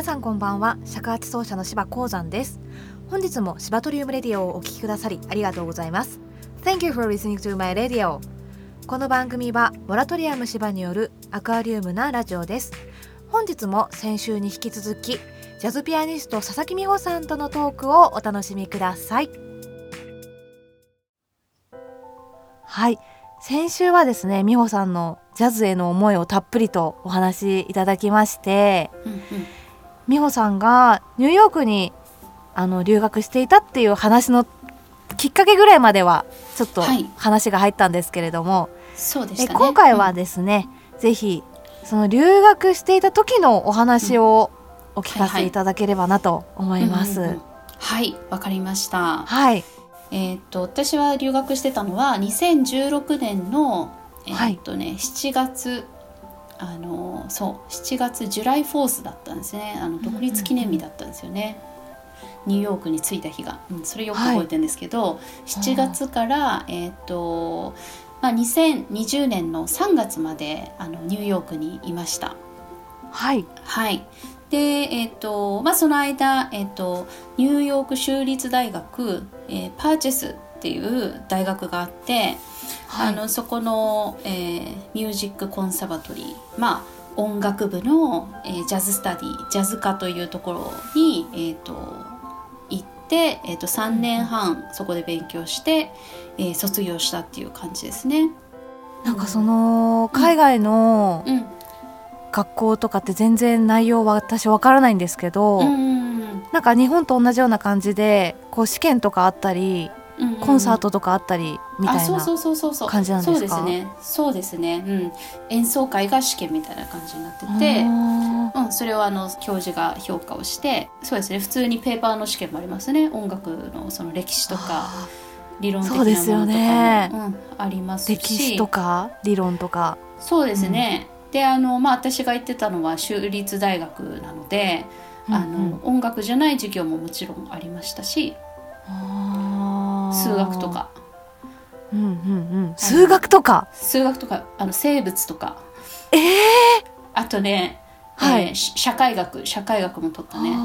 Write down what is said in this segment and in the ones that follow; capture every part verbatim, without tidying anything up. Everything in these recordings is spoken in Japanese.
皆さんこんばんは。尺八奏者の柴光山です。本日もシバトリウムレディオをお聞きくださりありがとうございます。 Thank you for listening to my radio。 この番組はモラトリアム柴によるアクアリウムなラジオです。本日も先週に引き続きジャズピアニスト佐々木美穂さんとのトークをお楽しみください。はい、先週はですね、美穂さんのジャズへの思いをたっぷりとお話しいただきまして、うんうん、美穂さんがニューヨークにあの留学していたっていう話のきっかけぐらいまではちょっと話が入ったんですけれども、 はい、そうでしたね、 え今回はですね、うん、ぜひその留学していた時のお話をお聞かせいただければなと思います。 はい、わかりました。 はい、 えー、と私は留学してたのはにせんじゅうろくねんの、えーとねはい、しちがつあのそうしちがつジュライフォースだったんですね。あの独立記念日だったんですよね、うんうんうん、ニューヨークに着いた日が、うん、それよく覚えてるんですけど、はい、しちがつから、えーとまあ、にせんにじゅうねんのさんがつまであのニューヨークにいました。 はい、 はいでえーとまあ、その間、えーと、ニューヨーク州立大学、えー、パーチェスっていう大学があって、はい、あのそこの、えー、ミュージックコンサバトリー、まあ、音楽部の、えー、ジャズスタディジャズ科というところに、えーと、行って、えーと、さんねんはんそこで勉強して、えー、卒業したっていう感じですね。 なんかその海外の、うんうん学校とかって全然内容は私わからないんですけど、うん、なんか日本と同じような感じでこう試験とかあったり、うん、コンサートとかあったりみたいな感じなんですか？ そうですね、そうですね、うん、演奏会が試験みたいな感じになってて、うん、それをあの教授が評価をして、そうですね、普通にペーパーの試験もありますね。音楽のその歴史とか理論的なものとかも、そうですよね、うん、ありますし、 歴史とか理論とか、 そうですね、うんであのまあ、私が行ってたのは州立大学なので、うんうん、あの音楽じゃない授業ももちろんありましたし、あ数学とか、 うんうんうん、数学とか数学とかあの生物とか、 えー、 あとね、はいえー、社会学社会学も取ったね、うん、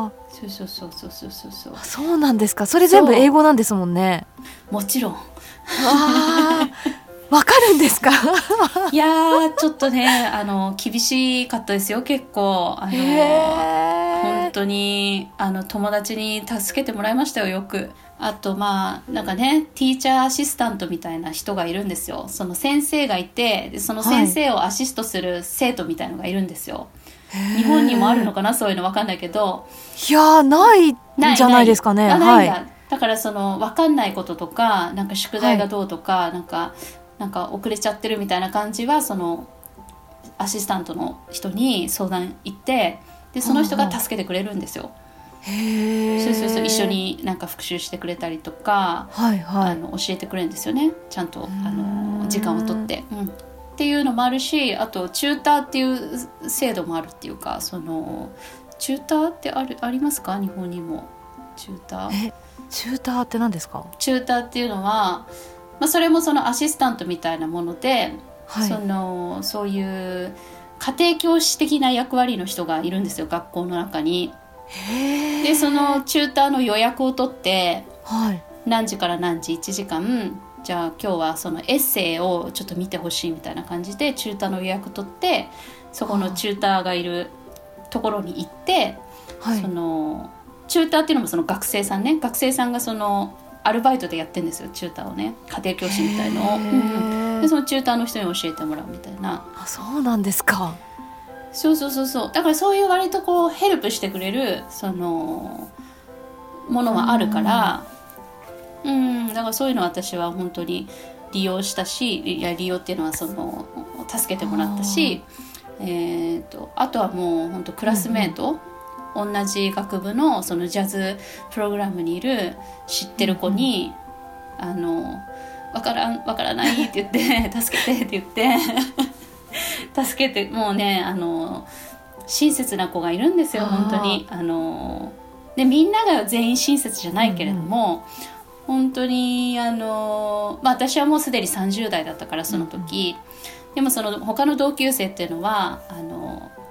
そうそうそうそうそうそうそうそうなんですか。それ全部英語なんですもんね。 もちろんあわかるんですか？ いやーちょっとねあの厳しかったですよ結構。あの本当にあの友達に助けてもらいましたよよく。あとまあなんかねティーチャーアシスタントみたいな人がいるんですよ。その先生がいてでその先生をアシストする生徒みたいのがいるんですよ、はい、日本にもあるのかなそういうの分かんないけど。 いやないんじゃないですかね。 ないないないんだ、はい、だからその分かんないこととかなんか宿題がどうとか、はい、なんかなんか遅れちゃってるみたいな感じはそのアシスタントの人に相談行ってでその人が助けてくれるんですよ。へそうそうそう一緒になんか復習してくれたりとか、はいはい、あの教えてくれるんですよねちゃんとあの時間を取って、うん、っていうのもあるし、あとチューターっていう制度もあるっていうか、そのチューターってあるありますか？日本にもチューター。 えチューターって何ですか？ チューターっていうのはまあ、それもそのアシスタントみたいなもので、はい、そのそういう家庭教師的な役割の人がいるんですよ学校の中に。へでそのチューターの予約を取って、はい、何時から何時いちじかんじゃあ今日はそのエッセイをちょっと見てほしいみたいな感じでチューターの予約取ってそこのチューターがいるところに行って、はい、そのチューターっていうのもその学生さんね学生さんがそのアルバイトでやってるんですよチューターをね家庭教師みたいのを、うんうん、でそのチューターの人に教えてもらうみたいな。 あそうなんですか。 そうそうそうそうだからそういう割とこうヘルプしてくれるそのものはあるからうん、だからそういうのは私は本当に利用したしいや利用っていうのはその助けてもらったし あ,、えー、とあとはもう本当クラスメート、うんうん、同じ学部のそのジャズプログラムにいる知ってる子に、うんうん、あのわからんわからないって言って助けてって言って助けてもうねあの親切な子がいるんですよ本当に。あのでみんなが全員親切じゃないけれども、うんうん、本当にあの、まあ、私はもうすでにさんじゅう代だったからその時、うんうん、でもその他の同級生っていうのはあの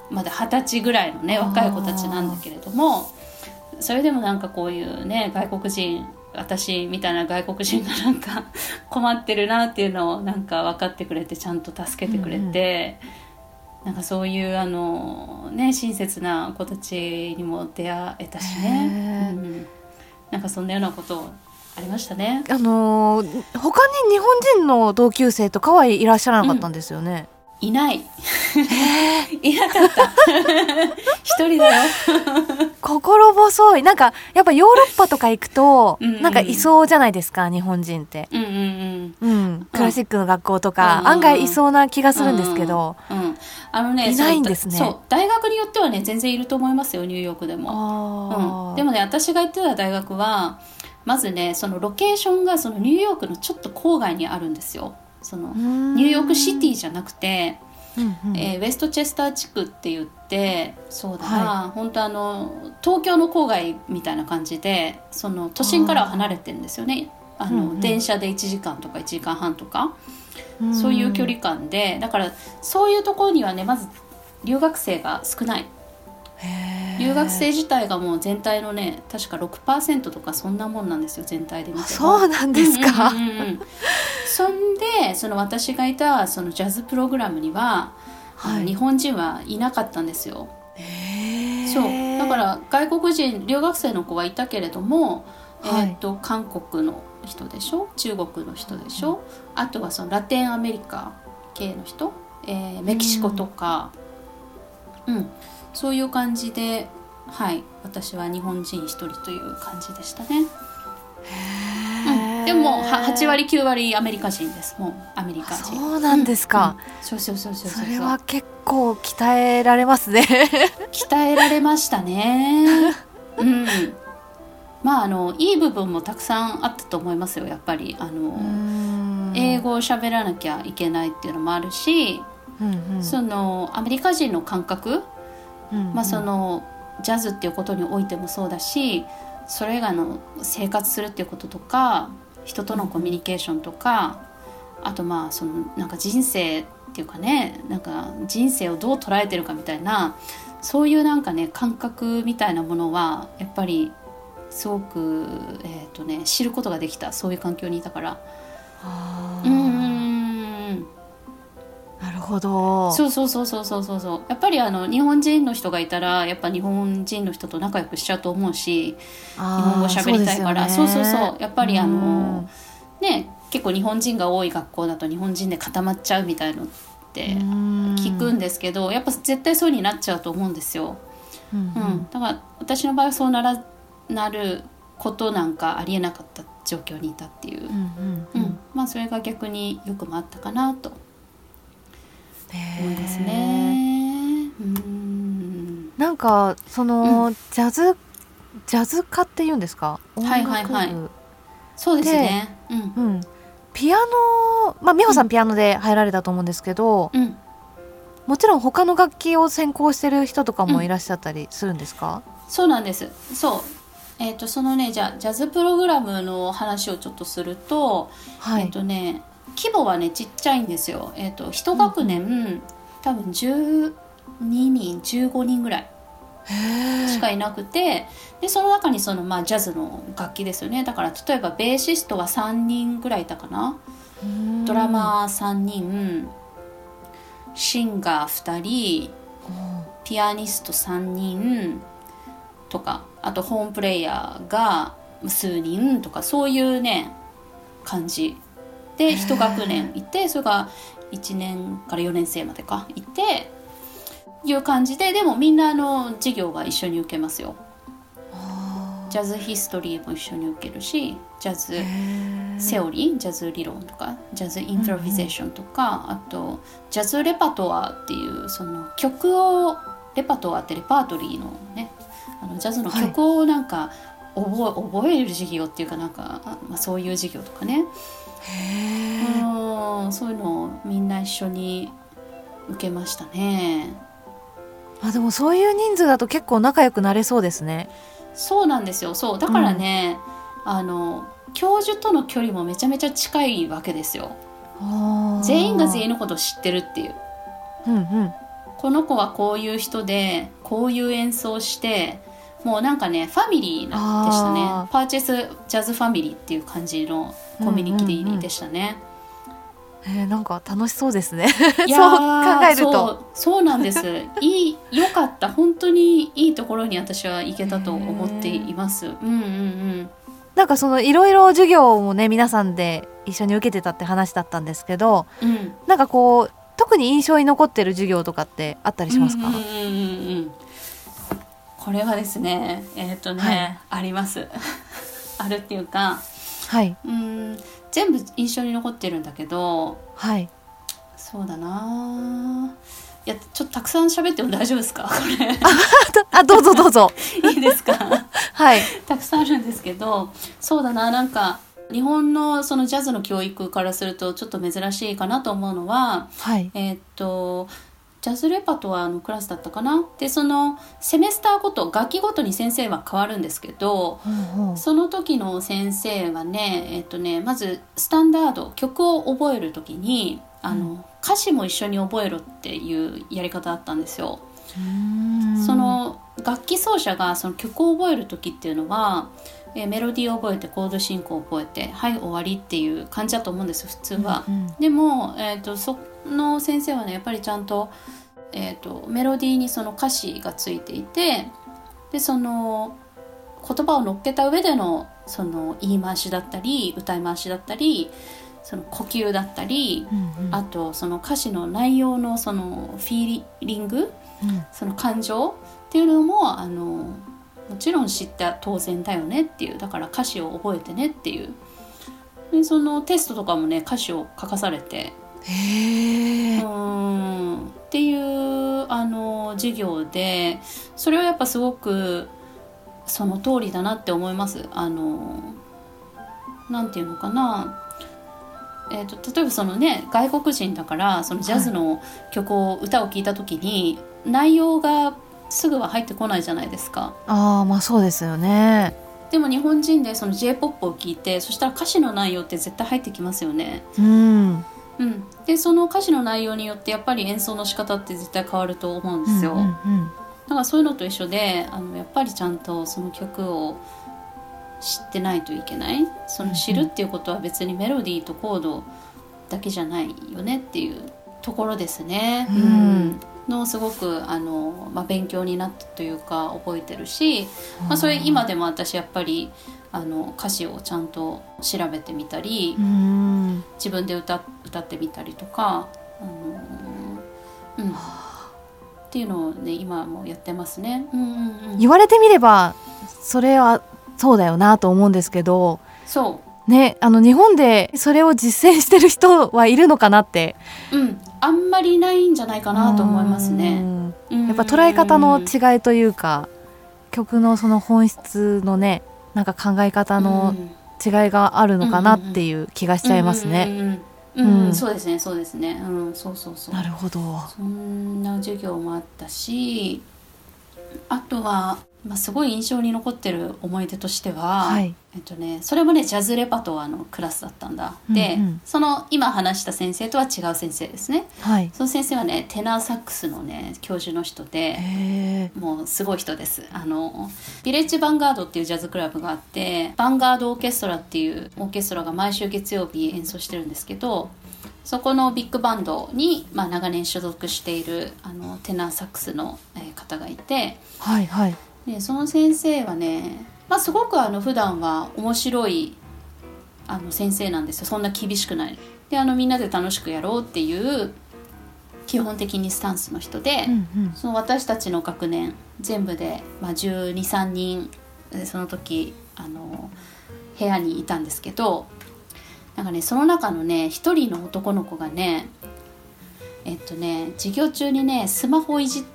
まだ二十歳ぐらいのね若い子たちなんだけれども、それでもなんかこういうね外国人、私みたいな外国人がなんか困ってるなっていうのをなんか分かってくれて、ちゃんと助けてくれて、うんうん、なんかそういうあのね親切な子たちにも出会えたしね、うん、なんかそんなようなことありましたね。 あのー、他に日本人の同級生とかはいらっしゃらなかったんですよね。 うん、いないいなかった一人だよ心細い。なんかやっぱヨーロッパとか行くと、うんうん、なんかいそうじゃないですか日本人って、うんうんうんうん、クラシックの学校とか、うん、案外いそうな気がするんですけど、うんうんうん、 あのね、 いないんですね。 そう大学によってはね全然いると思いますよニューヨークでも、うん、でもね私が行ってた大学はまずねそのロケーションがそのニューヨークのちょっと郊外にあるんですよ。そのニューヨークシティじゃなくて、うんうんえー、ウェストチェスター地区って言ってそうだな、はい、本当あの東京の郊外みたいな感じでその都心からは離れてるんですよね。あの、うんうん、電車でいちじかんとかいちじかんはんとか、うん、そういう距離感でだからそういうところにはねまず留学生が少ない。留学生自体がもう全体のね確か ろくパーセント とかそんなもんなんですよ全体で見ても。 そうなんですか、うんうんうんうん、 そんでその私がいたそのジャズプログラムには、はい、あの日本人はいなかったんですよ。へそうだから外国人留学生の子はいたけれども、はい、えー、と韓国の人でしょ中国の人でしょ、うん、あとはそのラテンアメリカ系の人、えー、メキシコとか、うん、うんそういう感じで、はい、私は日本人一人という感じでしたね。へ、うん、でもはち割きゅう割アメリカ人です。もうアメリカ人。 そうなんですか、 うんうん、そうそうそうそうそう。 それは結構鍛えられますね鍛えられましたね、うん、まああのいい部分もたくさんあったと思いますよ。やっぱりあの英語を喋らなきゃいけないっていうのもあるし、うんうん、そのアメリカ人の感覚うんうんまあ、そのジャズっていうことにおいてもそうだしそれ以外の生活するっていうこととか人とのコミュニケーションとかあとまあそのなんか人生っていうかねなんか人生をどう捉えてるかみたいなそういうなんかね感覚みたいなものはやっぱりすごく、えーとね、知ることができた。そういう環境にいたからあうんなるほど。 そうそうそうそうそうそうそうやっぱりあの日本人の人がいたらやっぱ日本人の人と仲良くしちゃうと思うし日本語喋りたいからそうそうそうやっぱりあのね結構日本人が多い学校だと日本人で固まっちゃうみたいのって聞くんですけどやっぱ絶対そうになっちゃうと思うんですよ、うんうん、だから私の場合はそうならなることなんかありえなかった状況にいたっていう、うんうんうんうん、まあそれが逆によくもあったかなと思いますね。うんなんかその、うん、ジャズジャズ科っていうんですかはいはいはいそうですね、 うんうん、ピアノまあ美穂さんピアノで入られたと思うんですけど、うん、もちろん他の楽器を専攻してる人とかもいらっしゃったりするんですか、 うん、そうなんですそうえーとそのねじゃジャズプログラムの話をちょっとすると、はい、えっ、ー、とね規模はねちっちゃいんですよ。えーと一学年、うん、多分じゅうににんじゅうごにんぐらいしかいなくてでその中にその、まあ、ジャズの楽器ですよね。だから例えばベーシストはさんにんぐらいいたかなドラマーさんにんシンガーふたりピアニストさんにんとかあとホームプレイヤーが数人とかそういうね感じで一学年いてそれがいちねんからよねん生までかいていう感じででもみんなあの授業は一緒に受けますよ。ジャズヒストリーも一緒に受けるしジャズセオリージャズ理論とかジャズインプロビゼーションとか、うんうん、あとジャズレパトワーっていうその曲をレパトワーってレパートリーのねあのジャズの曲をなんか覚え、はい、覚える授業っていうかなんか、まあ、そういう授業とかねへうんそういうのをみんな一緒に受けましたね。 あでもそういう人数だと結構仲良くなれそうですね。 そうなんですよ。そうだからね、うん、あの教授との距離もめちゃめちゃ近いわけですよ。全員が全員のことを知ってるっていう、うんうん、ここの子はこういう人でこういう演奏して、もうなんかねファミリーなでしたね。パーチェスジャズファミリーっていう感じのコミュニティでしたね。 うんうんうん、えー、なんか楽しそうですねいやそう考えるとそうそうなんですいい良かった、本当にいいところに私は行けたと思っています。うんうんうん。 なんかそのいろいろ授業もね皆さんで一緒に受けてたって話だったんですけど、 うん、 なんかこう特に印象に残ってる授業とかってあったりしますか？ うんうんうんうん、これはですねえっ、ー、とね、はい、ありますあるっていうか、 はい、 うん、全部印象に残ってるんだけど、 はい、 そうだな、いやちょっとたくさん喋っても大丈夫ですかこれあ, あどうぞどうぞいいですかはい、 たくさんあるんですけど、そうだな、なんか日本のそのジャズの教育からするとちょっと珍しいかなと思うのは、 はい、 えー、っとジャズレパトワーのクラスだったかな。でそのセメスターごと楽器ごとに先生は変わるんですけど、 うんうん、 その時の先生はね、えー、っとねまずスタンダード曲を覚える時にあの、うん、歌詞も一緒に覚えろっていうやり方だったんですよ。 うーん、 その楽器奏者がその曲を覚える時っていうのは、えー、メロディーを覚えてコード進行を覚えてはい終わりっていう感じだと思うんです普通は、うんうん、でも、えーと、その先生はねやっぱりちゃんと、えーと、メロディーにその歌詞がついていて、でその言葉を乗っけた上でのその言い回しだったり歌い回しだったりその呼吸だったり、うんうん、あとその歌詞の内容のそのフィーリング、うん、その感情っていうのもあのもちろん知った当然だよねっていう、だから歌詞を覚えてねっていう、でそのテストとかもね歌詞を書かされて、 へー、 うーんっていうあの授業で、それはやっぱすごくその通りだなって思います。あのなんていうのかな、えー、と例えばそのね外国人だからそのジャズの曲を、はい、歌を聴いた時に内容がすぐは入ってこないじゃないですか。 あー、まあそうですよね。 でも日本人でその J-ポップ を聴いて、そしたら歌詞の内容って絶対入ってきますよね。 うん、 うん、でその歌詞の内容によってやっぱり演奏の仕方って絶対変わると思うんですよ、うんうんうん、だからそういうのと一緒であのやっぱりちゃんとその曲を知ってないといけない。その知るっていうことは別にメロディーとコードだけじゃないよねっていうところですね、うんうん、のすごくあの、まあ、勉強になったというか覚えてるし、まあ、それ今でも私やっぱりあの歌詞をちゃんと調べてみたり、うん、自分で 歌, 歌ってみたりとか、あの、うん、っていうのをね今もやってますね、うんうんうん、 言われてみればそれはそうだよなと思うんですけど、 そうね、あの日本でそれを実践してる人はいるのかなって、 うん、あんまりないんじゃないかなと思いますね。 やっぱ捉え方の違いというか、曲のその本質のねなんか考え方の違いがあるのかなっていう気がしちゃいますね。 そうですねそうですね、うん、そうそうそう、 なるほど。 そんな授業もあったし、あとは、まあ、すごい印象に残ってる思い出としては、はい、えっとね、それもねジャズレパトワーのクラスだったんだ、うんうん、でその今話した先生とは違う先生ですね、はい、その先生はねテナーサックスのね教授の人で、もうすごい人です。あのビレッジヴァンガードっていうジャズクラブがあって、ヴァンガードオーケストラっていうオーケストラが毎週月曜日演奏してるんですけど、そこのビッグバンドに、まあ、長年所属しているあのテナーサックスの、えー、方がいて、 はいはい、 でその先生はね、まあ、すごくあの普段は面白いあの先生なんですよ。そんな厳しくないで、あのみんなで楽しくやろうっていう基本的にスタンスの人で、うんうん、その私たちの学年全部で、まあ、じゅうに、さんにんその時あの部屋にいたんですけど、なんかねその中のね一人の男の子がねえっとね授業中にねスマホをいじって、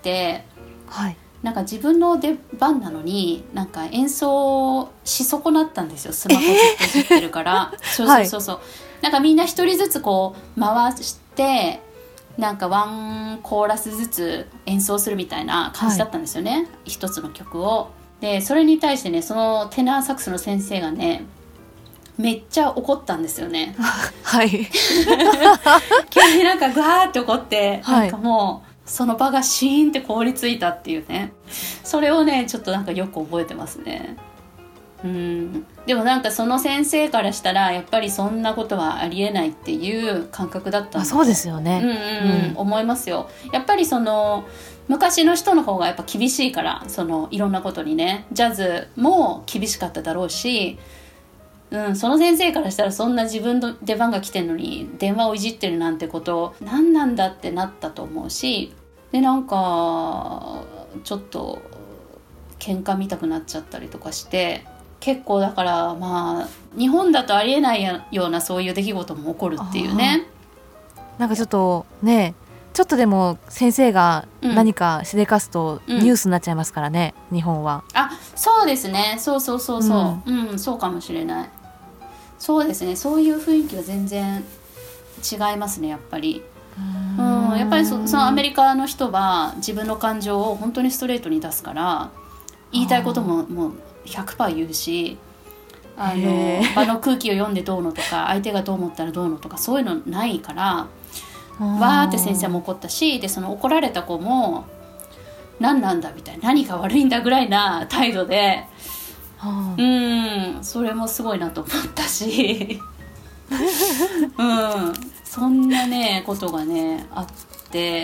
はい、なんか自分の出番なのになんか演奏し損なったんですよ。スマホずっといじってるから、えー、そうそうそうそう、はい、なんかみんな一人ずつこう回してなんかワンコーラスずつ演奏するみたいな感じだったんですよね、はい、一つの曲を。でそれに対してねそのテナーサックスの先生がねめっちゃ怒ったんですよね。はい。急になんかガーって怒って、はい、なんかもその場がシーンって凍りついたっていうね、それをねちょっとなんかよく覚えてますね。うん、でもなんかその先生からしたらやっぱりそんなことはありえないっていう感覚だったんだと、 そうですよね、 うんうんうん、思いますよ。やっぱりその昔の人の方がやっぱ厳しいから、そのいろんなことにね、ジャズも厳しかっただろうし、うん、その先生からしたらそんな自分の出番が来てるのに電話をいじってるなんてこと何なんだってなったと思うし、でなんかちょっと喧嘩見たくなっちゃったりとかして、結構だからまあ日本だとありえないようなそういう出来事も起こるっていうね。 なんかちょっとね、ちょっとでも先生が何かしでかすとニュースになっちゃいますからね、うん、日本は。 あ、そうですね、そうそうそうそう、うん、うん、そうかもしれない。そうですね、そういう雰囲気は全然違いますね、やっぱり。うん、やっぱり そ, そのアメリカの人は自分の感情を本当にストレートに出すから、言いたいことももう ひゃくパーセント 言うし、あの場の空気を読んでどうのとか相手がどう思ったらどうのとかそういうのないから、わーって先生も怒ったし、でその怒られた子も何なんだみたいな、何が悪いんだぐらいな態度で、うん、それもすごいなと思ったしうん、そんなねことがねあって、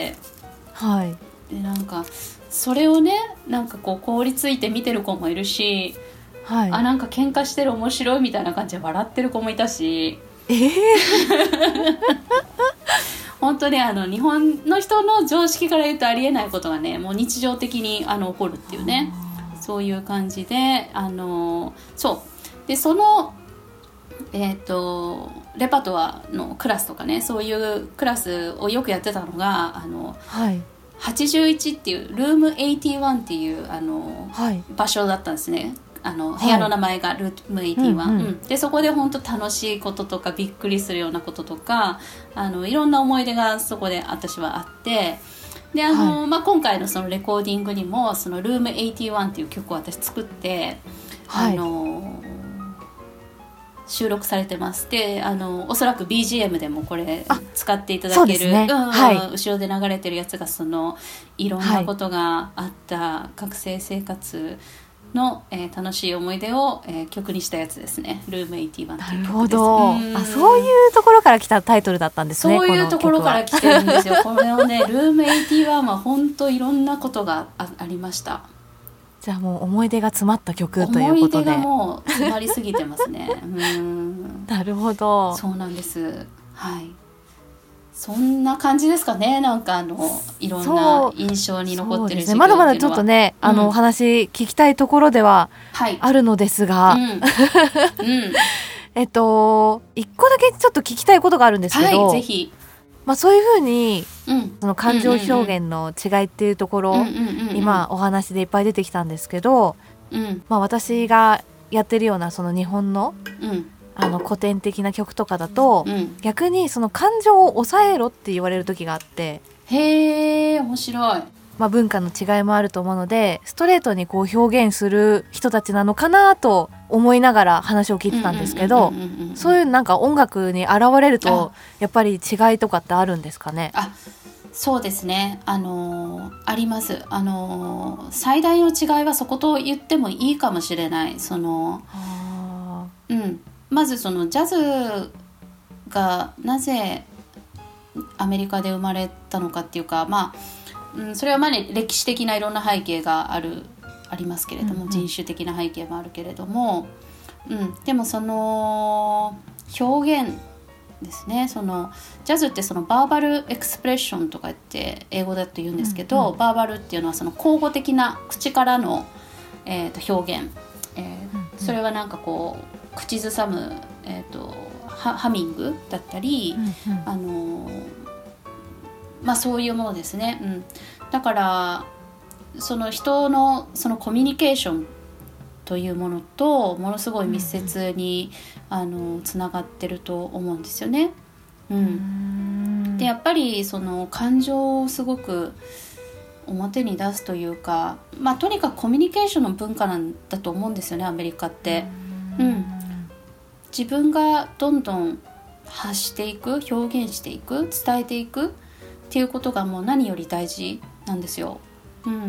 はい、 でなんかそれをねなんかこう凍りついて見てる子もいるし、はい、あなんか喧嘩してる面白いみたいな感じで笑ってる子もいたし、えー、本当にあの日本の人の常識から言うとありえないことがねもう日常的にあの起こるっていうね、そういう感じで、あのそうでそのえー、とレパトワのクラスとかね、そういうクラスをよくやってたのがあの、はい、はちじゅういちっていうルームはちじゅういちっていうあの、はい、場所だったんですね。あの部屋の名前がルームはちじゅういち、うんうんうん、でそこで本当楽しいこととかびっくりするようなこととか、あのいろんな思い出がそこで私はあって、であの、はいまあ、今回のそのレコーディングにもそのルームはちじゅういちっていう曲を私作って、はい、あの収録されてます。であのおそらく ビージーエム でもこれ使っていただける、ねうんはい、後ろで流れてるやつがそのいろんなことがあった学生生活の、えー、楽しい思い出を、えー、曲にしたやつですね。ルームはちじゅういちっていう曲です。なるほど。 あ、そういうところから来たタイトルだったんですね。 そういうところから来てるんですよ。これをねルームはちじゅういちは本当いろんなことが あ, ありました。 じゃあもう思い出が詰まった曲ということで、思い出がもう詰まりすぎてますねうんなるほど。 そうなんです。はい、そんな感じですかね。なんかあのいろんな印象に残ってる授業っていうのは、ね、 まだまだちょっとね、うん、あのお話聞きたいところではあるのですが、はいうんうん、えっと一個だけちょっと聞きたいことがあるんですけど、 はい、ぜひ。 まあ、そういうふうに、うん、その感情表現の違いっていうところ、うんうんうん、今お話でいっぱい出てきたんですけど、うんまあ、私がやってるようなその日本の、うん、あの古典的な曲とかだと、うん、逆にその感情を抑えろって言われる時があって、 へー面白い。 まあ、文化の違いもあると思うのでストレートにこう表現する人たちなのかなと思いながら話を聞いてたんですけど、そういうなんか音楽に現れるとやっぱり違いとかってあるんですかね。 あそうですね、あのー、あります、あのー、最大の違いはそこと言ってもいいかもしれない。その、うん、まずそのジャズがなぜアメリカで生まれたのかっていうか、まあうん、それはまあ、ね、歴史的ないろんな背景があるありますけれども、うんうん、人種的な背景もあるけれども、うん、でもその表現ですね。そのジャズってそのバーバルエクスプレッションとかって英語だと言うんですけど、うんうん、バーバルっていうのはその口語的な口からの、えー、と表現、えーうんうん、それはなんかこう口ずさむ、えー、と ハ, ハミングだったり、うんうん、あのまあ、そういうものですね、うん、だからその人のそのコミュニケーションというものとものすごい密接に、うん、あのつながってると思うんですよね、うん、うんでやっぱりその感情をすごく表に出すというか、まあ、とにかくコミュニケーションの文化なんだと思うんですよねアメリカって、うん、自分がどんどん発していく表現していく伝えていくっっていうことがもう何より大事なんですよ。うんうんうん、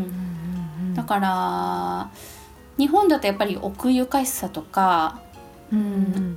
だから日本だとやっぱり奥ゆかしさとか、うんうん、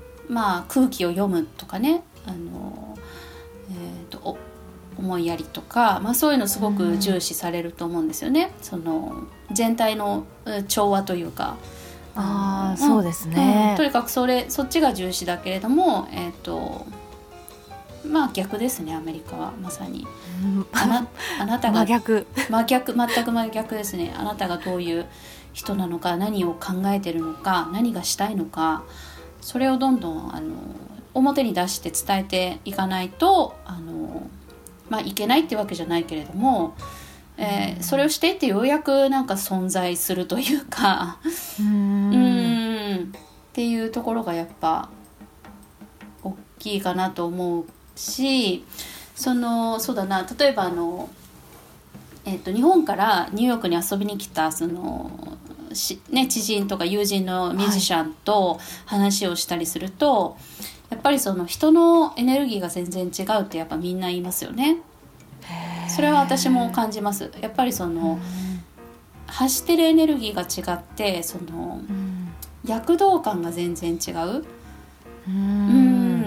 まあ空気を読むとかね、あの、えーと、思いやりとか、まあ、そういうのすごく重視されると思うんですよね、うん、その全体の調和というか、 あ、うん、そうですね、 うん、とにかくそれそっちが重視だけれども、えーとまあ逆ですね、アメリカはまさに、うん、あな、あなたが真逆真逆全く真逆ですね。あなたがどういう人なのか、何を考えてるのか、何がしたいのか、それをどんどんあの表に出して伝えていかないと、あの、まあ、いけないってわけじゃないけれども、えー、それをしていってようやくなんか存在するというかうーんっていうところがやっぱ大きいかなと思うし、そのそうだな、例えばあの、えーと、日本からニューヨークに遊びに来たそのし、ね、知人とか友人のミュージシャンと話をしたりすると、はい、やっぱりその人のエネルギーが全然違うってやっぱみんな言いますよね。それは私も感じます。やっぱりその発してるエネルギーが違って、その躍動感が全然違う。うん、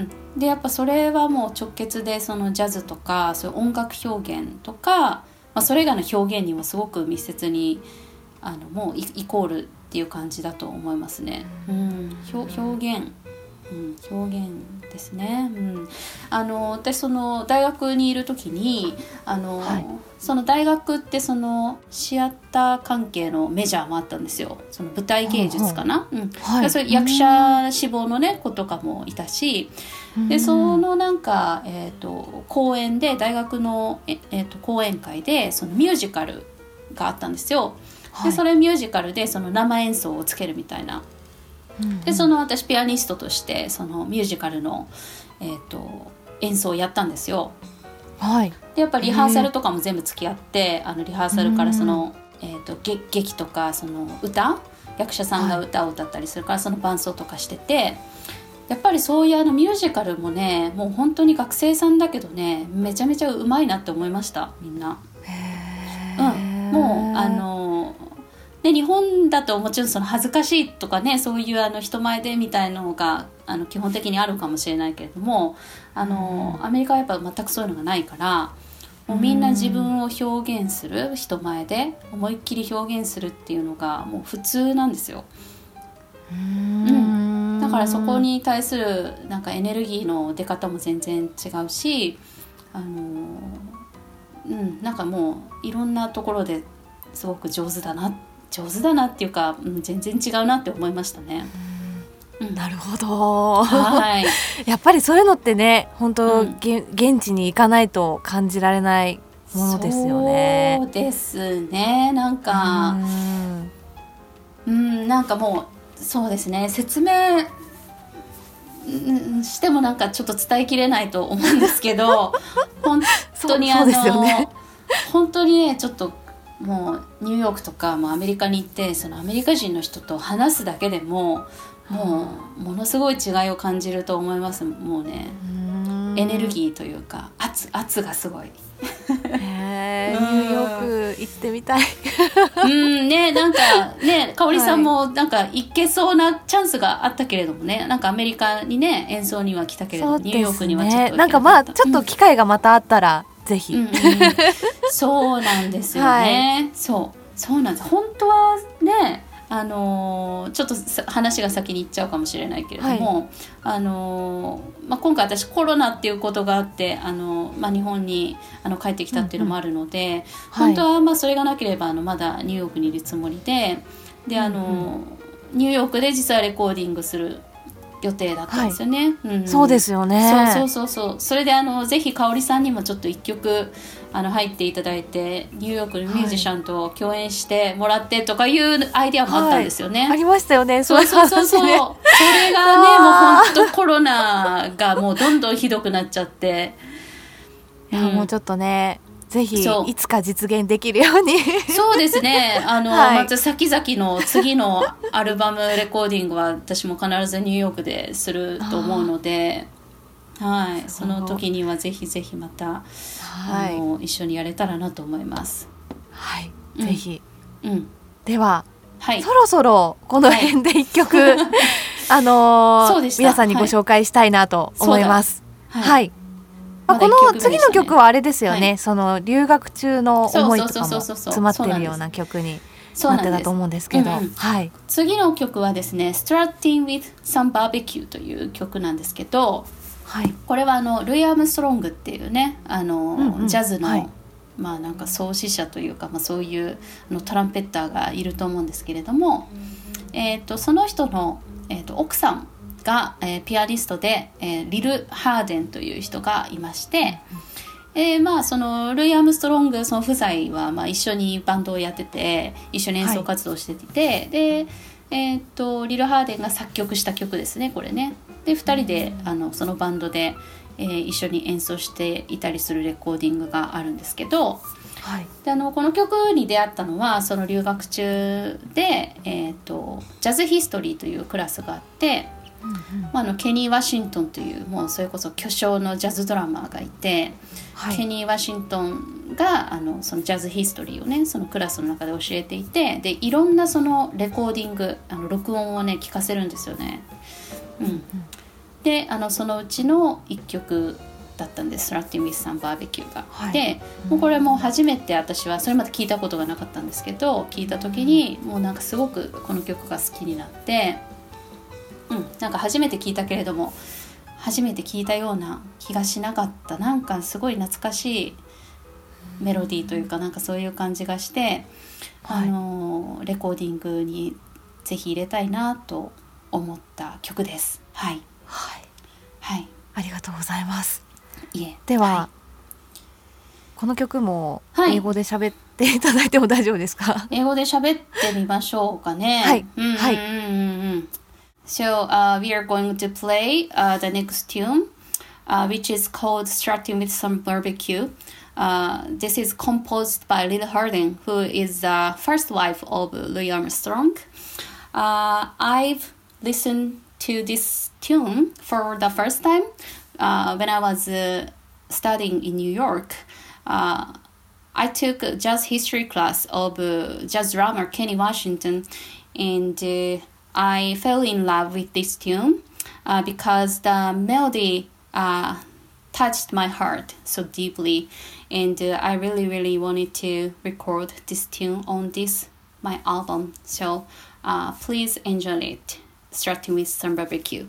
でやっぱそれはもう直結で、そのジャズとかそういう音楽表現とか、まあ、それ以外の表現にもすごく密接にあのもう イ, イコールっていう感じだと思いますね。うん、表, 表現、うん、表現ですね。うん、あの私その大学にいる時にあの、はい、その大学ってそのシアター関係のメジャーもあったんですよ。その舞台芸術かな、うんうん、はい、そういう役者志望の、ね、子とかもいたし、でそのなんか、えーと、講演で大学の、ええーと、講演会でそのミュージカルがあったんですよ。でそれミュージカルでその生演奏をつけるみたいな。でその私ピアニストとしてそのミュージカルの、えーと、演奏をやったんですよ。はい、でやっぱりリハーサルとかも全部付き合って、あのリハーサルからその、えーと、劇, 劇とかその歌、役者さんが歌を歌ったりするから、はい、その伴奏とかしてて、やっぱりそういうあのミュージカルもね、もう本当に学生さんだけどね、めちゃめちゃうまいなって思いました、みんな。へー、うん、もうあので日本だともちろんその恥ずかしいとかね、そういうあの人前でみたいなのがあの基本的にあるかもしれないけれども、あのアメリカはやっぱ全くそういうのがないから、もうみんな自分を表現する、人前で思いっきり表現するっていうのがもう普通なんですよ。うん、だからそこに対するなんかエネルギーの出方も全然違うし、あの、うん、なんかもういろんなところですごく上手だな上手だなっていうか、うん、全然違うなって思いましたね。 うん、なるほど、 はい、 やっぱりそういうのってね、本当、うん、現地に行かないと感じられないものですよね。 そうですね、なんかうん、なんかもうそうですね、説明してもなんかちょっと伝えきれないと思うんですけど本当にあのそうですよね、本当にね、ちょっともうニューヨークとかもアメリカに行って、そのアメリカ人の人と話すだけでももうものすごい違いを感じると思います。もうね、エネルギーというか圧圧がすごい。 へー、ニューヨーク行ってみたいうんね、なんかね、香織さんもなんか行けそうなチャンスがあったけれどもね、なんかアメリカにね演奏には来たけれども、ね、ニューヨークにはちょっと行けなかった。 なんかまあちょっと機会がまたあったら、うん、ぜひ、うんうん、 そうなんですよね、はい、そうそうなんです。本当はね、あのー、ちょっと話が先に行っちゃうかもしれないけれども、はい、あのーまあ、今回私コロナっていうことがあって、あのーまあ、日本にあの帰ってきたっていうのもあるので、うんうん、本当はまあそれがなければあのまだニューヨークにいるつもりで、で、あのーうんうん、ニューヨークで実はレコーディングする予定だったんですよね、はい、うん、 そうですよね。 そうそうそうそう。それであのぜひ香織さんにもちょっと一曲あの入っていただいて、ニューヨークのミュージシャンと共演してもらってとかいうアイデアもあったんですよね、 はい、ありましたよね。 そうそうそうそう、ね、それがね、もう本当コロナがもうどんどんひどくなっちゃって、 いや、うん、もうちょっとね、ぜひいつか実現できるようにそうですね、あの、はい、また先々の次のアルバムレコーディングは私も必ずニューヨークですると思うので、 はい、その時にはぜひぜひまた、はい、あの一緒にやれたらなと思います。 はい、うん、ぜひ、 うん、 では、 はい、 そろそろこの辺で一曲、はい、あのー、皆さんにご紹介したいなと思います。はい、はい、まあ、この次の曲はあれですよね、はい、その留学中の思いとかも詰まってるような曲になってたと思うんですけど、うんうん、はい、 次の曲はですね Strutting with Some Barbecue という曲なんですけど、はい、これはあのルイ・アームストロングっていうね、あの、うんうん、ジャズの、はい、まあなんか創始者というか、まあ、そういうあのトランペッターがいると思うんですけれども、えー、とその人の、えー、と奥さんが、えー、ピアニストで、えー、リル・ハーデンという人がいまして、えー、まあそのルイ・アームストロングその夫妻はまあ一緒にバンドをやってて一緒に演奏活動してて、はい、で、えー、とリル・ハーデンが作曲した曲ですねこれね。でふたりであのそのバンドで、えー、一緒に演奏していたりするレコーディングがあるんですけど、はい、であのこの曲に出会ったのはその留学中で、えー、とジャズヒストリーというクラスがあって、うんうん、まあ、あのケニー・ワシントンというもうそれこそ巨匠のジャズドラマーがいて、はい、ケニー・ワシントンがあのそのジャズヒストリーをねそのクラスの中で教えていて、でいろんなそのレコーディングあの録音をね聞かせるんですよね。うんうん、であのそのうちのいっきょくだったんです Strutting with Some Barbecue が、はい、でもうこれも初めて私はそれまで聞いたことがなかったんですけど聞いた時にもうなんかすごくこの曲が好きになって、うん、なんか初めて聞いたけれども初めて聞いたような気がしなかった、なんかすごい懐かしいメロディーというかなんかそういう感じがして、はい、あのレコーディングにぜひ入れたいなと思った曲です。はい、 はいはい、 ありがとうございます。 いえでは、 はい、 この曲も英語で喋っていただいても大丈夫ですか？ 英語で喋ってみましょうかね。 はい、 うんうんうんうん、 はい。 So、uh, we are going to play、uh, the next tune、uh, which is called Strutting with Some Barbecue.Uh, this is composed by Lil Harding, who is the first wife of Louis Armstrong.、Uh, I've listened to this tune for the first time、uh, when I was、uh, studying in New York.、Uh, I took a jazz history class of、uh, jazz drummer Kenny Washington, and、uh, I fell in love with this tune、uh, because the melody、uh, touched my heart so deeply, and、uh, I really really wanted to record this tune on this my album. So、uh, please enjoy it. Strutting with Some Barbecue.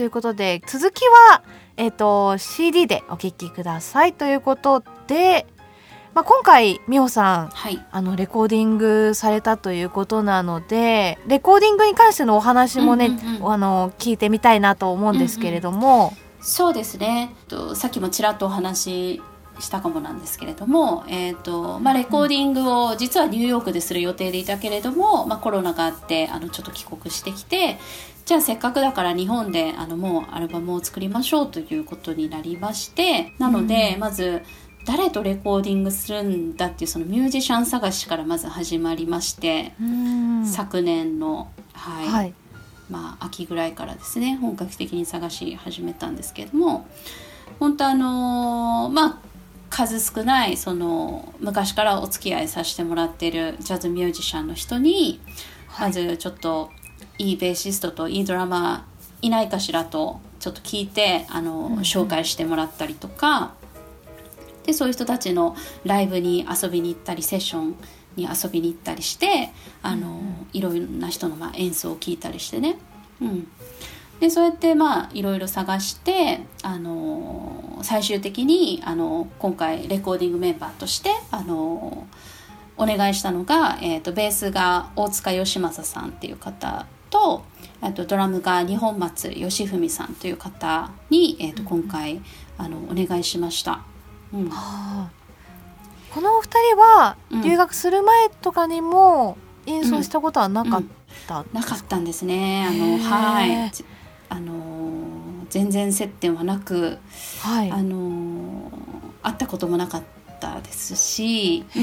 いうことで続きは、えーと、シーディー でお聴きくださいということで、まあ、今回美穂さん、 はい、 あのレコーディングされたということなのでレコーディングに関してのお話もね、うんうんうん、あの聞いてみたいなと思うんですけれども、 うんうん、そうですね、とさっきもちらっとお話したかもなんですけれども、えーとまあ、レコーディングを実はニューヨークでする予定でいたけれども、まあ、コロナがあってあのちょっと帰国してきて、じゃあせっかくだから日本であのもうアルバムを作りましょうということになりまして、なのでまず誰とレコーディングするんだっていうそのミュージシャン探しからまず始まりまして、昨年の、はいはいまあ、秋ぐらいからですね本格的に探し始めたんですけれども、本当あのー、まあ数少ないその昔からお付き合いさせてもらっているジャズミュージシャンの人に、はい、まずちょっといいベーシストといいドラマーいないかしらとちょっと聞いてあの、うんうん、紹介してもらったりとかで、そういう人たちのライブに遊びに行ったりセッションに遊びに行ったりしてあの、うんうん、いろいろな人のまあ演奏を聞いたりしてね、うん、でそうやってまあいろいろ探してあの最終的にあの今回レコーディングメンバーとしてあのお願いしたのが、えーと、ベースが大塚義正さんっていう方と、あとドラムが二本松義文さんという方に、えーと、今回、うん、あのお願いしました、うんはあ、このお二人は留学する前とかにも演奏したことはなかったんですか？ うんうん、なかったんですね。あのはいあの全然接点はなく、はい、あの会ったこともなかったですし、うん、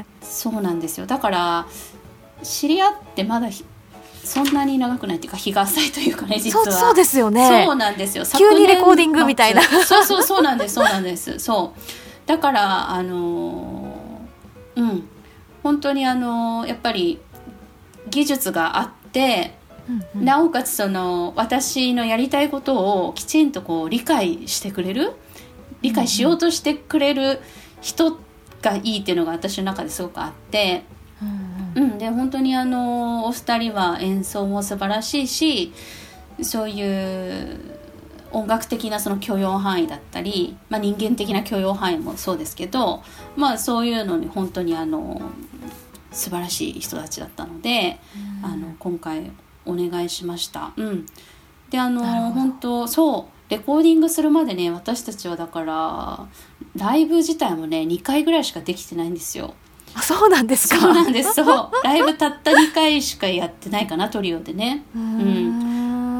そうなんですよ。だから知り合ってまだそんなに長くないっていうか日が浅いというかね、実はそう、そうですよね。 そうなんですよ。 急にレコーディングみたいなそうそうそうなんですそうなんですそうだからあのうん本当にあのやっぱり技術があってうんうん、なおかつその私のやりたいことをきちんとこう理解してくれる理解しようとしてくれる人がいいっていうのが私の中ですごくあって、うんうんうん、で本当にあのお二人は演奏も素晴らしいし、そういう音楽的なその許容範囲だったり、まあ、人間的な許容範囲もそうですけど、まあ、そういうのに本当にあの素晴らしい人たちだったので、うん、あの今回お願いしました、うん、であの本当そうレコーディングするまでね私たちはだからライブ自体もねにかいぐらいしかできてないんですよ。 あ、そうなんですか。 そうなんですそうライブたったにかいしかやってないかなトリオでね、うん、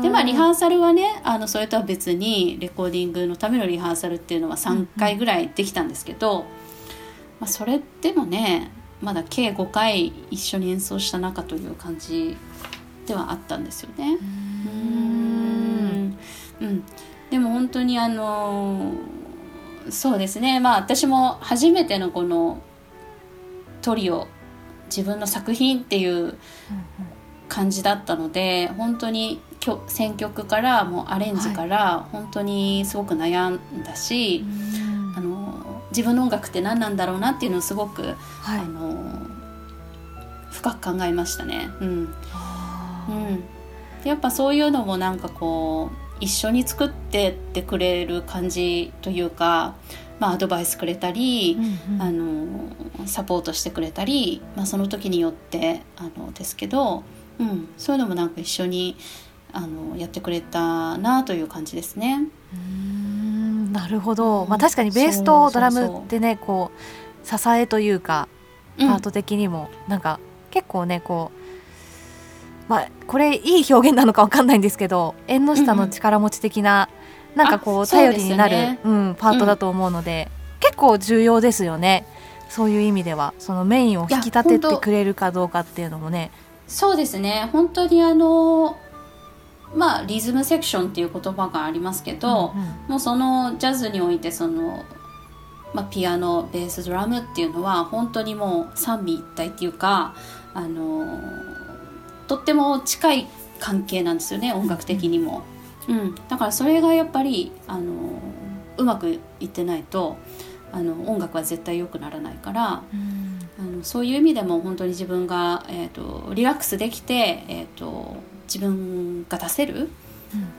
でまあリハーサルはねあのそれとは別にレコーディングのためのリハーサルっていうのはさんかいぐらいできたんですけど、うんまあ、それでもねまだ計ごかい一緒に演奏した中という感じではあったんですよね。うーん、うん、でも本当にあのそうですね、まあ私も初めてのこのトリオ自分の作品っていう感じだったので、本当に選曲からもうアレンジから本当にすごく悩んだし、はい、あの自分の音楽って何なんだろうなっていうのをすごく、はい、あの深く考えましたね。うんうん、やっぱそういうのもなんかこう一緒に作ってってくれる感じというか、まあ、アドバイスくれたり、うんうん、あのサポートしてくれたり、まあ、その時によってあのですけど、うん、そういうのもなんか一緒にあのやってくれたなという感じですね。 うーん、なるほど、まあ、確かにベースとドラムってねこう支えというかパート的にもなんか結構ねこうまあ、これいい表現なのか分かんないんですけど縁の下の力持ち的な、うん、なんかこう頼りになる、ねうん、パートだと思うので、うん、結構重要ですよね。そういう意味ではそのメインを引き立ててくれるかどうかっていうのもね。 そうですね本当にあのまあリズムセクションっていう言葉がありますけど、うんうん、もうそのジャズにおいてその、まあ、ピアノベースドラムっていうのは本当にもう三位一体っていうかあのとっても近い関係なんですよね音楽的にも、うん、だからそれがやっぱりあのうまくいってないとあの音楽は絶対良くならないから、うん、あのそういう意味でも本当に自分が、えーと、リラックスできて、えーと、自分が出せる、うんうん、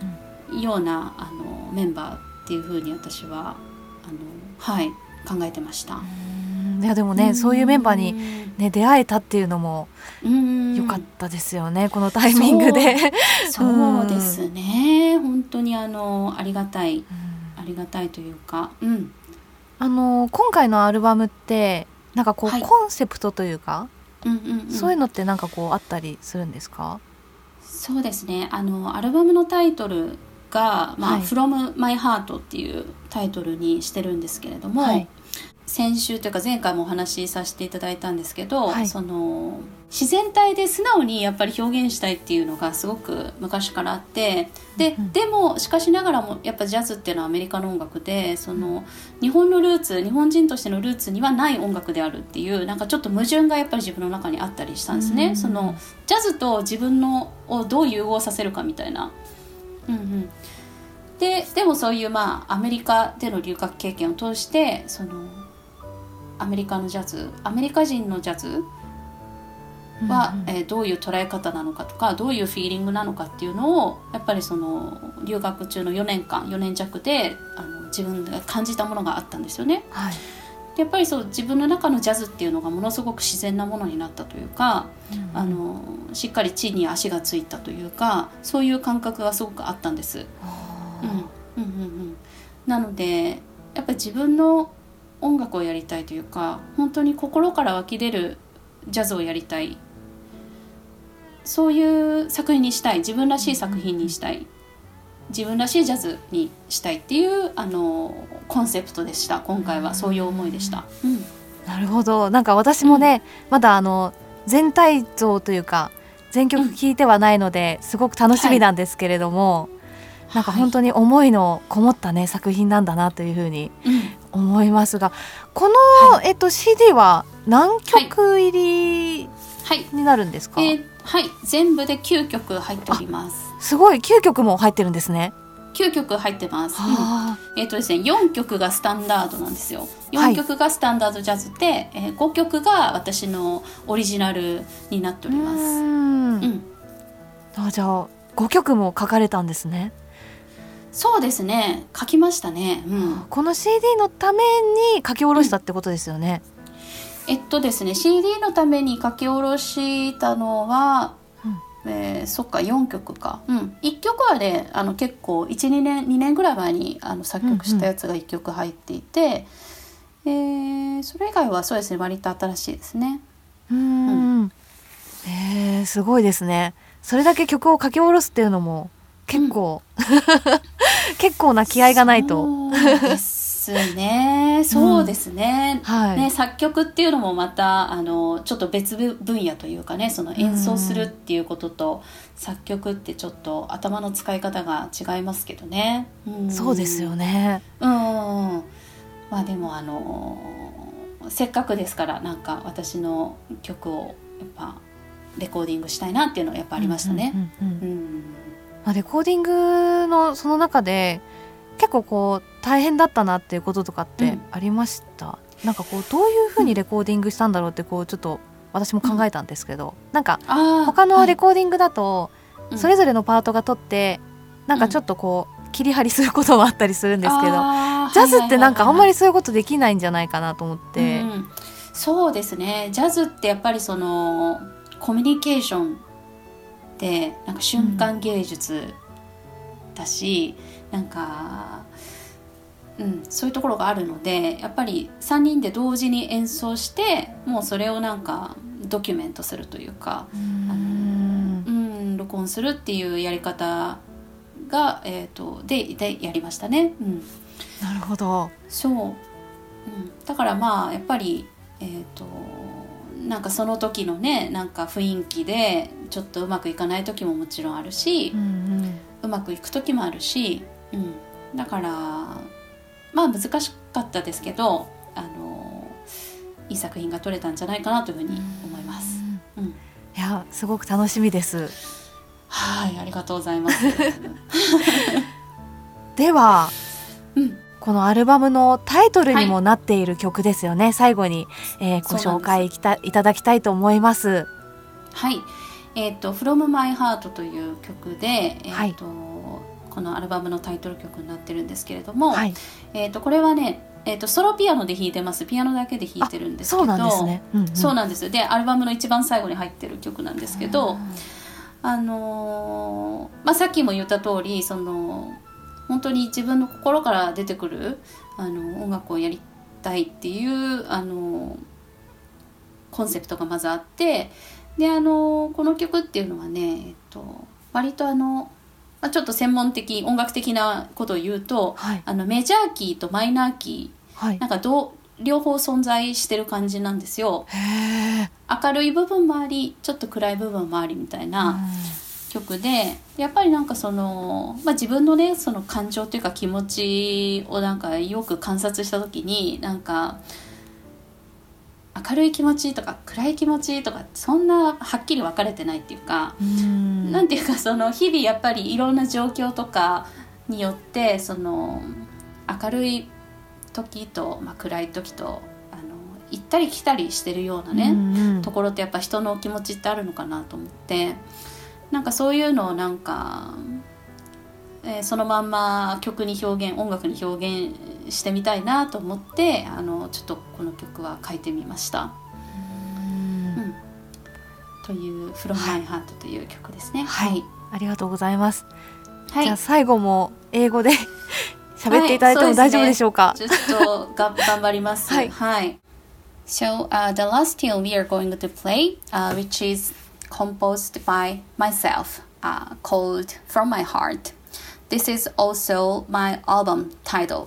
ようなあのメンバーっていうふうに私はあの、はい、考えてました。 うん、いやでもね、そういうメンバーに、ね、出会えたっていうのも良かったですよね、このタイミングで。 そう、そうですね、本当にあのありがたい、ありがたいというか、うん、 あの今回のアルバムってなんかこう、はい、コンセプトというか、 うんうんうん、 そういうのってなんかこうあったりするんですか？ そうですね、あのアルバムのタイトルが、まあはい、From My Heart っていうタイトルにしてるんですけれども、はい、先週というか前回もお話しさせていただいたんですけど、はい、その自然体で素直にやっぱり表現したいっていうのがすごく昔からあって、で、うん、でもしかしながらもやっぱジャズっていうのはアメリカの音楽で、その日本のルーツ、日本人としてのルーツにはない音楽であるっていう、なんかちょっと矛盾がやっぱり自分の中にあったりしたんですね、うん、そのジャズと自分のをどう融合させるかみたいな、うんうん、で, でもそういう、まあ、アメリカでの留学経験を通してそのアメリカのジャズ、アメリカ人のジャズは、うんうん、えー、どういう捉え方なのかとか、どういうフィーリングなのかっていうのをやっぱりその留学中のよねんかんよねん弱であの自分で感じたものがあったんですよね、はい、でやっぱりそう自分の中のジャズっていうのがものすごく自然なものになったというか、うんうん、あのしっかり地に足がついたというか、そういう感覚がすごくあったんです、うんうんうんうん、なのでやっぱり自分の音楽をやりたいというか、本当に心から湧き出るジャズをやりたい、そういう作品にしたい、自分らしい作品にしたい、自分らしいジャズにしたいっていうあのコンセプトでした。今回はそういう思いでした、うん、 なるほど。なんか私もね、うん、まだあの全体像というか全曲聴いてはないので、うん、すごく楽しみなんですけれども、はい、なんか本当に思いのこもったね作品なんだなというふうに思いますが、うん、この、はい、えっと、シーディー は何曲入りになるんですか？ はいはい、えーはい、全部できゅうきょく入っております。 すごい、きゅうきょくも入ってるんですね。 きゅうきょく入ってます、うん、えーとですね、よんきょくがスタンダードなんですよ。よんきょくがスタンダードジャズで、はい、えー、ごきょくが私のオリジナルになっております。うん、うん、 あ、じゃあごきょくも書かれたんですね。 そうですね、書きましたね、うん、 この シーディー のために書き下ろしたってことですよね、 うん、えっとですね シーディー のために書き下ろしたのは、うん、えー、そっかよんきょくか、うん、いっきょくはね、あの結構 いちにねんにねんぐらい前にあの作曲したやつがいっきょく入っていて、うんうん、えー、それ以外はそうですね、割と新しいですね。 うーん、うん、えー、すごいですね。それだけ曲を書き下ろすっていうのも結構、うん、結構な気合がないと。 そうですね、そうですね、うん、はい、ね、作曲っていうのもまたあのちょっと別分野というかね、その演奏するっていうことと作曲ってちょっと頭の使い方が違いますけどね、 うん、そうですよね、 うん、まあでもあのせっかくですからなんか私の曲をやっぱレコーディングしたいなっていうのはやっぱありましたね。 レコーディングのその中で結構こう大変だったなっていうこととかってありました、うん、なんかこうどういうふうにレコーディングしたんだろうってこうちょっと私も考えたんですけど、うん、なんか他のレコーディングだとそれぞれのパートが取ってなんかちょっとこう切り張りすることもあったりするんですけど、うん、ジャズってなんかあんまりそういうことできないんじゃないかなと思って、うん、 そうですね、ジャズってやっぱりそのコミュニケーションでなんか瞬間芸術だし、うん、なんか、うん、そういうところがあるのでやっぱりさんにんで同時に演奏してもうそれをなんかドキュメントするというか、うん、うん、録音するっていうやり方が、えーと、で, でやりましたね、うん、 なるほど。 そう、うん、だからまあやっぱりえーとなんかその時のねなんか雰囲気でちょっとうまくいかない時ももちろんあるし、うんうん、うまくいく時もあるし、うん、だからまあ難しかったですけどあのいい作品が撮れたんじゃないかなというふうに思います、うんうん、いやすごく楽しみです。 はい、ありがとうございますでは、うん、このアルバムのタイトルにもなっている曲ですよね、はい、最後に、えー、ご紹介いただきたいと思います。 はい、えーと、From My Heart という曲で、えーと、はい、 このアルバムのタイトル曲になってるんですけれども、 はい、 えーと、これはね、えーと、ソロピアノで弾いてます。ピアノだけで弾いてるんですけど、 そうなんですね、うんうん、 そうなんです。でアルバムの一番最後に入ってる曲なんですけど、あのーまあ、さっきも言った通り、その本当に自分の心から出てくるあの音楽をやりたいっていうあのコンセプトがまずあって、であのこの曲っていうのはね、えっと、割とあの、まあ、ちょっと専門的音楽的なことを言うと、 はい、 あのメジャーキーとマイナーキー、はい、なんかどう両方存在してる感じなんですよ。 へー、 明るい部分もあり、ちょっと暗い部分もありみたいな曲で、やっぱりなんかその、まあ、自分のねその感情というか気持ちをなんかよく観察した時に、なんか明るい気持ちとか暗い気持ちとかそんなはっきり分かれてないっていうか、うん、なんていうか、その日々やっぱりいろんな状況とかによってその明るい時と、まあ、暗い時とあの行ったり来たりしてるようなね、うんうん、ところってやっぱ人の気持ちってあるのかなと思って、なんかそういうのをなんか、えー、そのまんま曲に表現、音楽に表現してみたいなと思って、あのちょっとこの曲は書いてみました。うん、うん、というFrom My Heartという曲ですね。 はい、はい、ありがとうございます。はい、じゃあ最後も英語で喋っていただいても大丈夫でしょうか。 はい、そうですね、ちょっとが頑張ります。はい、はい。So、uh, the last tune we are going to play, uh, which is composed by myself, uh, called From My Heart. This is also my album title.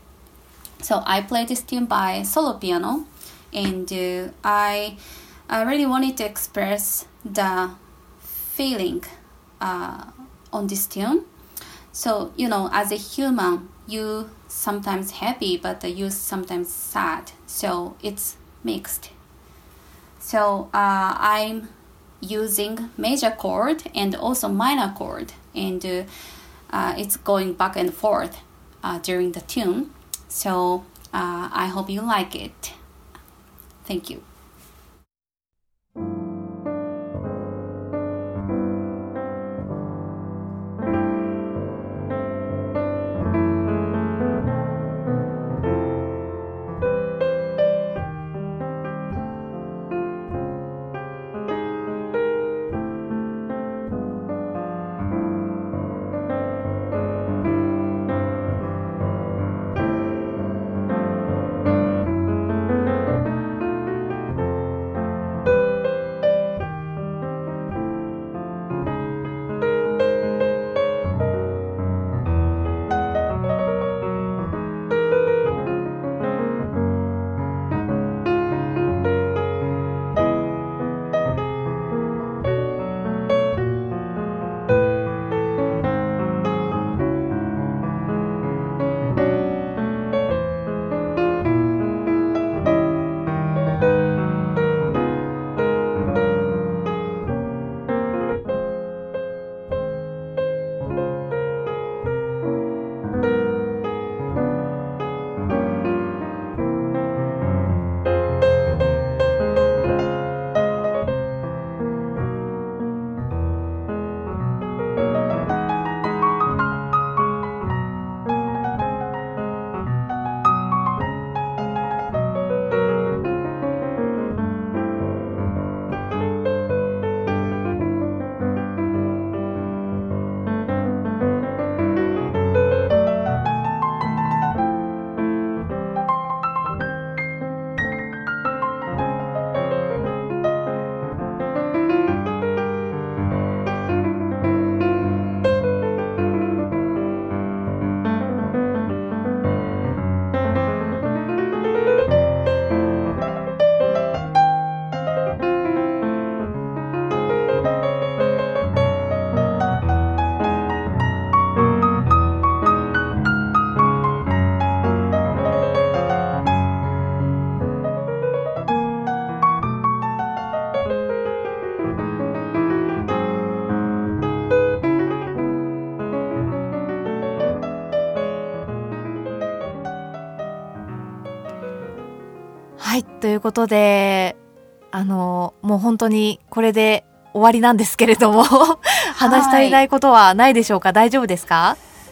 So I play this tune by solo piano, and uh, I, I really wanted to express the feeling uh, on this tune. So, you know, as a human, you sometimes happy, but you sometimes sad. So it's mixed. So uh, I'm using major chord and also minor chord, and uh, uh, it's going back and forth uh, during the tune. So uh, I hope you like it. Thank you. はい、ということで、あのもう本当にこれで終わりなんですけれども話し足りないことはないでしょうか。大丈夫ですか？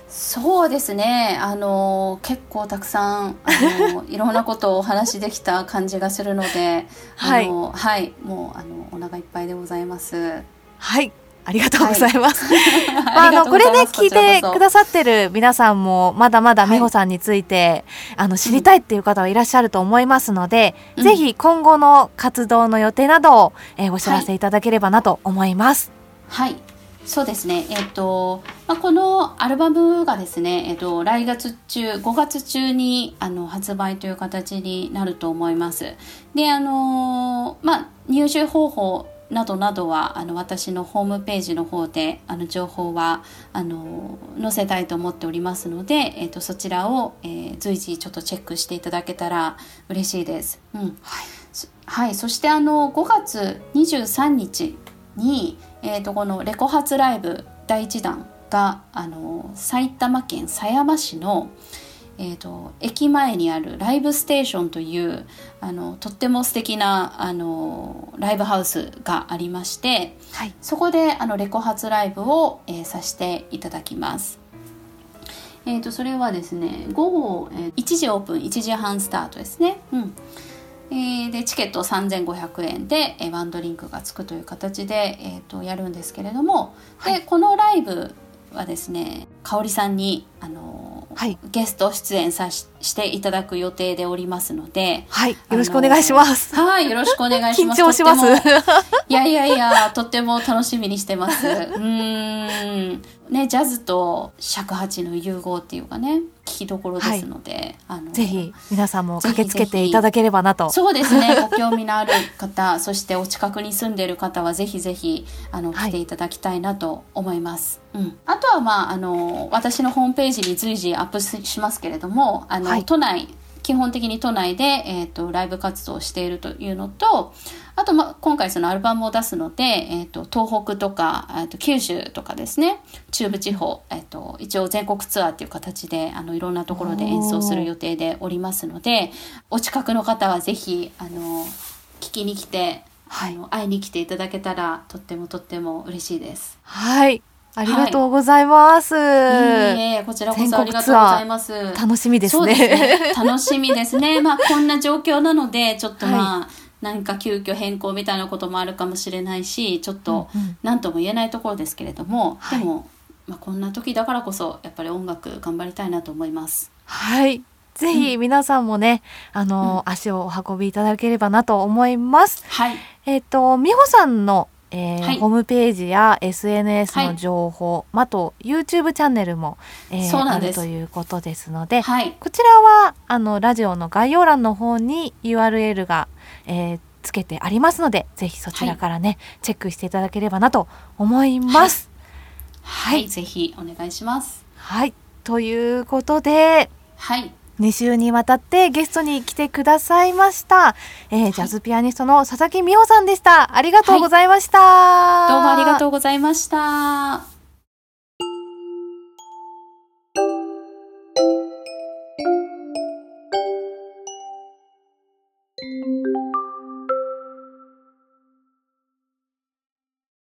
そうですね、あの結構たくさんあのいろんなことをお話しできた感じがするので、 はい、 あのはい、もうあのお腹いっぱいでございます。 はい、ありがとうございます。はい、あのこれね聞いてくださってる皆さんもまだまだ美穂さんについて、はい、あの知りたいっていう方はいらっしゃると思いますので、うん、ぜひ今後の活動の予定などを、えー、お知らせいただければなと思います。 はい、はい、そうですね、えーとまあ、このアルバムがですね、えーと、来月中ごがつ中にあの発売という形になると思います。で、あのーまあ、入手方法などなどはあの私のホームページの方であの情報はあの載せたいと思っておりますので、えーと、そちらを、えー、随時ちょっとチェックしていただけたら嬉しいです。うん、はい、そ, はい、そしてあのごがつにじゅうさんにちに、えーと、このレコ発ライブだいいちだんがあの埼玉県狭山市のえーと、駅前にあるライブステーションというあのとっても素敵なあのライブハウスがありまして、はい、そこであのレコ発ライブを、えー、させていただきます。えーと、それはですね午後、えー、いちじオープンいちじはんスタートですね、うんえー、でチケットさんぜんごひゃくえんで、えー、ワンドリンクがつくという形で、えーと、やるんですけれども、はい、でこのライブはですね香織さんにあの、はい、ゲスト出演さししていただく予定でおりますので、 はい、よろしくお願いします。 はい、よろしくお願いします。 緊張します。 いやいやいや、とっても楽しみにしてます。うーん、ね、ジャズと尺八の融合っていうかね、聞きどころですので、はい、あのぜひ皆さんも駆けつけていただければなと。 そうですね、ご興味のある方そしてお近くに住んでいる方はぜひぜひあの、はい、来ていただきたいなと思います。うん、あとは、まあ、あの私のホームページに随時アップしますけれども、あの、はい、都内基本的に都内で、えーと、ライブ活動をしているというのと、あと、ま、今回そのアルバムを出すので、えーと、東北とか、えーと、九州とかですね、中部地方、えーと、一応全国ツアーっていう形であのいろんなところで演奏する予定でおりますので、お近くの方はぜひあの聞きに来て、はい、あの会いに来ていただけたらとってもとっても嬉しいです。 はい、ありがとうございます。 はい、いいえ、こちらこそありがとうございます。 楽しみですね。 そうですね。楽しみですね。まあこんな状況なのでちょっとまあ、はい、何か急遽変更みたいなこともあるかもしれないし、ちょっと何とも言えないところですけれども、うんうん、でも、まあ、こんな時だからこそやっぱり音楽頑張りたいなと思います。 はい。ぜひ皆さんもね、うん、あの、うん、足をお運びいただければなと思います。 はい。 えっと美穂さんのえーはい、ホームページや エスエヌエス の情報、はい、あと YouTube チャンネルも、えー、あるということですので、はい、こちらはあのラジオの概要欄の方に ユーアールエル が、えー、つけてありますので、ぜひそちらからね、はい、チェックしていただければなと思います。 はい、はい、ぜひお願いします。 はい、ということで、 はい、 にしゅうにわたってゲストに来てくださいました、えーはい、ジャズピアニストの佐々木美穂さんでした。ありがとうございました。 はい、どうもありがとうございました。